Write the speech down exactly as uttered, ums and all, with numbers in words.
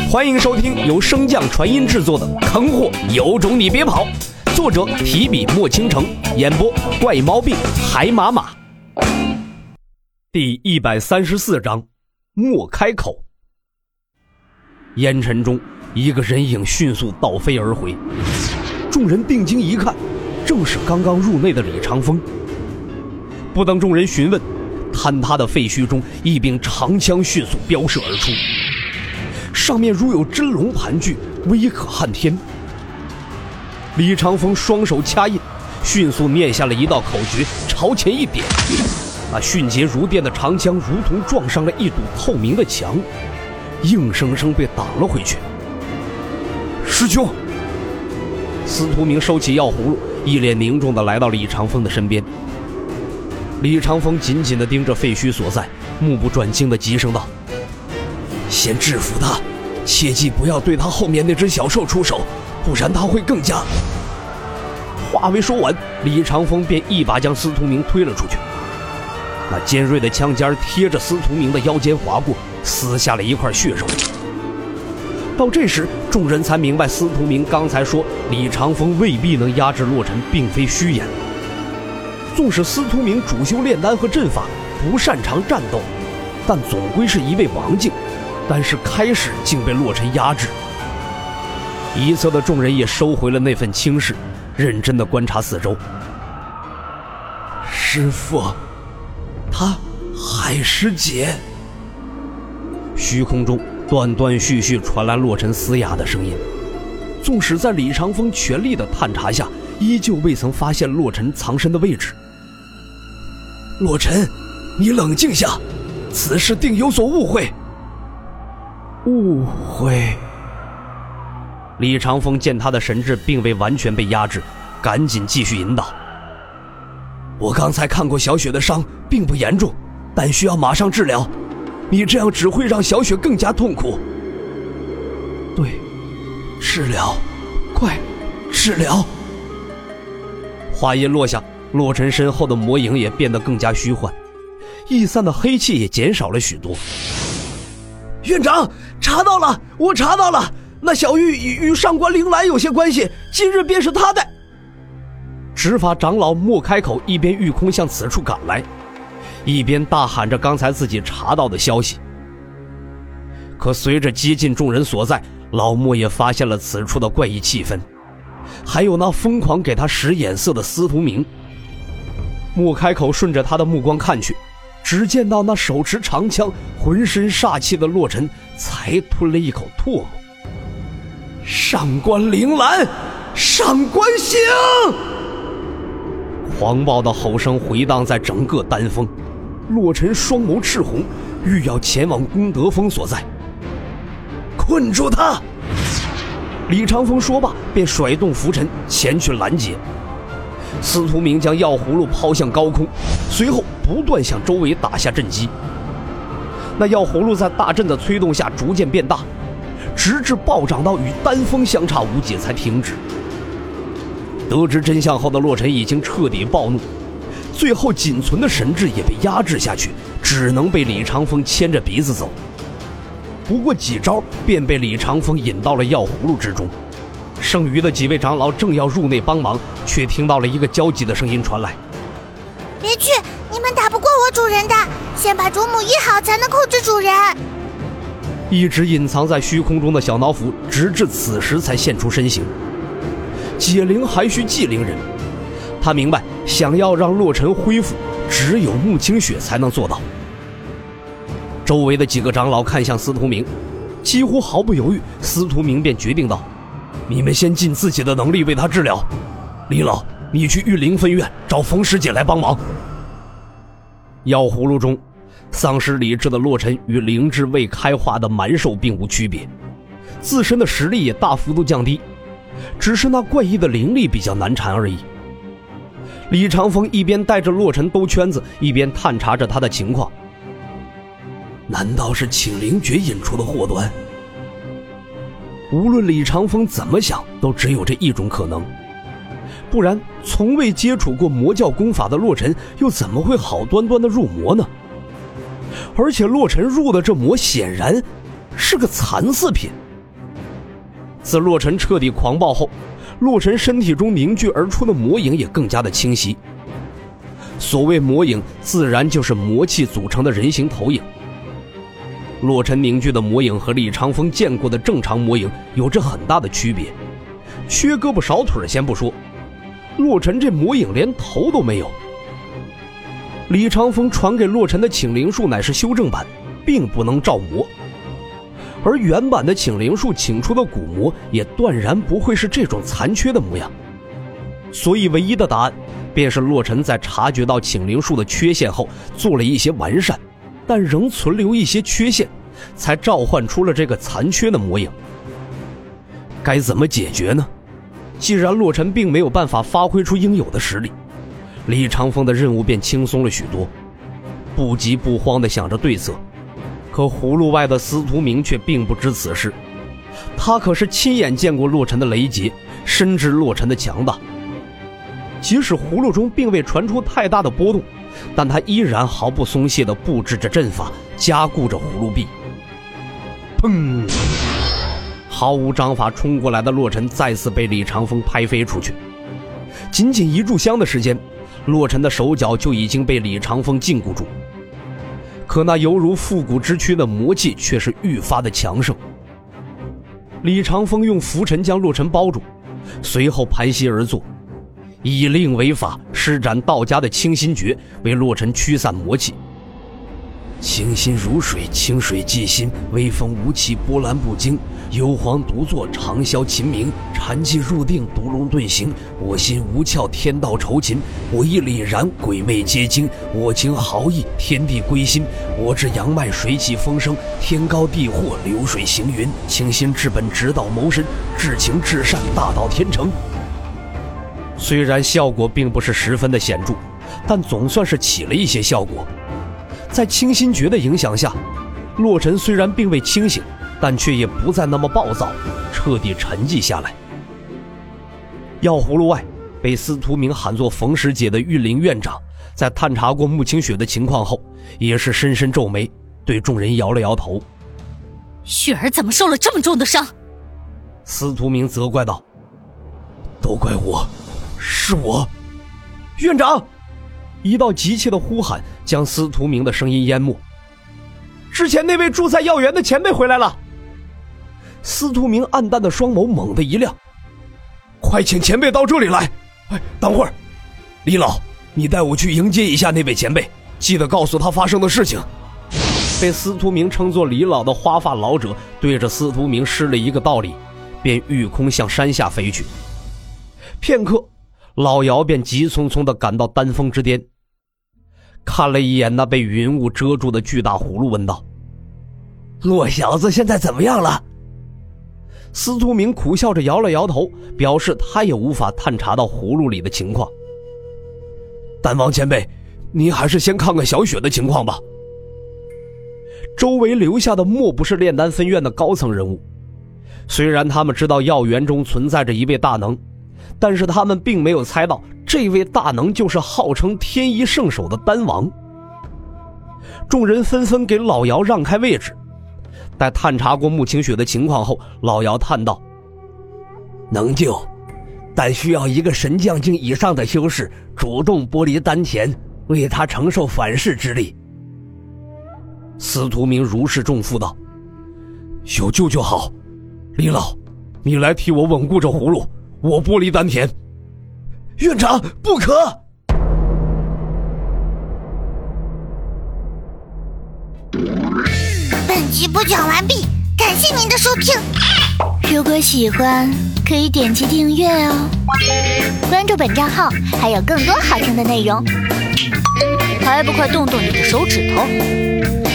欢迎收听由升降传音制作的《坑货有种你别跑》，作者提笔墨倾城，演播怪毛病海马马。第一百三十四章，莫开口。烟尘中，一个人影迅速倒飞而回，众人定睛一看，正是刚刚入内的李长风。不等众人询问，坍塌的废墟中一柄长枪迅速飙射而出，上面如有真龙盘踞，威可撼天。李长风双手掐印，迅速念下了一道口诀，朝前一点，那迅捷如电的长枪如同撞上了一堵透明的墙，硬生生被挡了回去。师兄，司徒明收起药葫芦，一脸凝重地来到李长风的身边。李长风紧紧地盯着废墟所在，目不转睛地急声道：先制服他，切记不要对他后面那只小兽出手，不然他会更加……话未说完，李长风便一把将司徒明推了出去。那尖锐的枪尖贴着司徒明的腰间划过，撕下了一块血肉。到这时，众人才明白司徒明刚才说李长风未必能压制洛尘并非虚言。纵使司徒明主修炼丹和阵法，不擅长战斗，但总归是一位王境，但是开始竟被洛尘压制。一侧的众人也收回了那份轻视，认真地观察四周。师父，他海师姐。虚空中断断续续传来洛尘嘶哑的声音，纵使在李长风全力的探查下，依旧未曾发现洛尘藏身的位置。洛尘，你冷静下，此事定有所误会。误会。李长风见他的神智并未完全被压制，赶紧继续引导。我刚才看过小雪的伤并不严重，但需要马上治疗，你这样只会让小雪更加痛苦。对，治疗，快，治疗。话音落下，洛尘身后的魔影也变得更加虚幻，溢散的黑气也减少了许多。院长，查到了，我查到了，那小玉与上官铃兰有些关系，今日便是他的。执法长老莫开口，一边御空向此处赶来，一边大喊着刚才自己查到的消息。可随着接近众人所在，老莫也发现了此处的怪异气氛，还有那疯狂给他使眼色的司徒明。莫开口顺着他的目光看去，只见到那手持长枪浑身煞气的洛尘才吞了一口唾沫。上官铃兰，上官星！狂暴的吼声回荡在整个丹峰，洛尘双眸赤红，欲要前往功德峰所在。困住他！李长风说罢，便甩动拂尘前去拦截。司徒明将药葫芦抛向高空，随后不断向周围打下阵击。那药葫芦在大阵的催动下逐渐变大，直至暴涨到与丹峰相差无几才停止。得知真相后的洛尘已经彻底暴怒，最后仅存的神智也被压制下去，只能被李长风牵着鼻子走。不过几招便被李长风引到了药葫芦之中。剩余的几位长老正要入内帮忙，却听到了一个焦急的声音传来： 别去，你们打不过我主人的，先把主母医好才能控制主人。 一直隐藏在虚空中的小脑斧直至此时才现出身形。解铃还需系铃人，他明白想要让洛尘恢复，只有穆清雪才能做到。周围的几个长老看向司徒明，几乎毫不犹豫，司徒明便决定道：你们先尽自己的能力为他治疗，李老，你去玉灵分院找冯师姐来帮忙。药葫芦中丧失理智的洛尘与灵智未开化的蛮兽并无区别，自身的实力也大幅度降低，只是那怪异的灵力比较难缠而已。李长风一边带着洛尘兜圈子，一边探查着他的情况。难道是请灵诀引出的祸端？无论李长风怎么想，都只有这一种可能。不然从未接触过魔教功法的洛尘又怎么会好端端的入魔呢？而且洛尘入的这魔显然是个残次品， 自洛尘彻底狂暴后，洛尘身体中凝聚而出的魔影也更加的清晰。所谓魔影，自然就是魔气组成的人形投影。洛尘凝聚的魔影和李长风见过的正常魔影有着很大的区别，缺胳膊少腿先不说，洛尘这魔影连头都没有。李长风传给洛尘的请灵术乃是修正版，并不能照魔，而原版的请灵术请出的古魔也断然不会是这种残缺的模样。所以唯一的答案便是洛尘在察觉到请灵术的缺陷后做了一些完善，但仍存留一些缺陷，才召唤出了这个残缺的魔影。该怎么解决呢？既然洛尘并没有办法发挥出应有的实力，李长风的任务便轻松了许多，不急不慌地想着对策。可葫芦外的司徒明却并不知此事，他可是亲眼见过洛尘的雷劫，深知洛尘的强大。即使葫芦中并未传出太大的波动，但他依然毫不松懈地布置着阵法，加固着葫芦壁。砰！毫无章法冲过来的洛尘再次被李长风拍飞出去。仅仅一炷香的时间，洛尘的手脚就已经被李长风禁锢住。可那犹如复古之躯的魔气却是愈发的强盛。李长风用拂尘将洛尘包住，随后盘膝而坐，以令为法，施展道家的清心诀，为洛尘驱散魔气。清心如水，清水即心，微风无气，波澜不惊，幽篁独坐，长啸琴鸣，禅寂入定，独龙遁形，我心无窍，天道酬勤，我意凛然，鬼魅皆惊，我情豪逸，天地归心，我至阳脉，水起风生，天高地阔，流水行云，清心至本，直道谋身，至情至善，大道天成。虽然效果并不是十分的显著，但总算是起了一些效果。在清心诀的影响下，洛尘虽然并未清醒，但却也不再那么暴躁，彻底沉寂下来。药葫芦外被司徒明喊作冯师姐的御林院长，在探查过穆清雪的情况后，也是深深皱眉，对众人摇了摇头。 雪儿怎么受了这么重的伤？ 司徒明责怪道：都怪我，是我。院长！一道急切的呼喊将司徒明的声音淹没。之前那位住在药园的前辈回来了。司徒明暗淡的双眸猛地一亮，快请前辈到这里来。哎，等会儿，李老，你带我去迎接一下那位前辈，记得告诉他发生的事情。被司徒明称作李老的花发老者对着司徒明施了一个道理，便御空向山下飞去。片刻，老姚便急匆匆地赶到丹峰之巅，看了一眼那被云雾遮住的巨大葫芦，问道：洛小子现在怎么样了？司徒明苦笑着摇了摇头，表示他也无法探查到葫芦里的情况。丹王前辈，您还是先看看小雪的情况吧。周围留下的莫不是炼丹分院的高层人物，虽然他们知道药园中存在着一位大能，但是他们并没有猜到这位大能就是号称天一圣手的丹王。众人纷纷给老姚让开位置。待探查过穆清雪的情况后，老姚叹道：能救，但需要一个神将境以上的修士主动剥离丹田，为他承受反噬之力。司徒明如释重负道：有救就好，李老，你来替我稳固这葫芦，我剥离丹田。院长，不可！ 本集播讲完毕，感谢您的收听。 如果喜欢，可以点击订阅哦，关注本账号还有更多好听的内容，还不快动动你的手指头！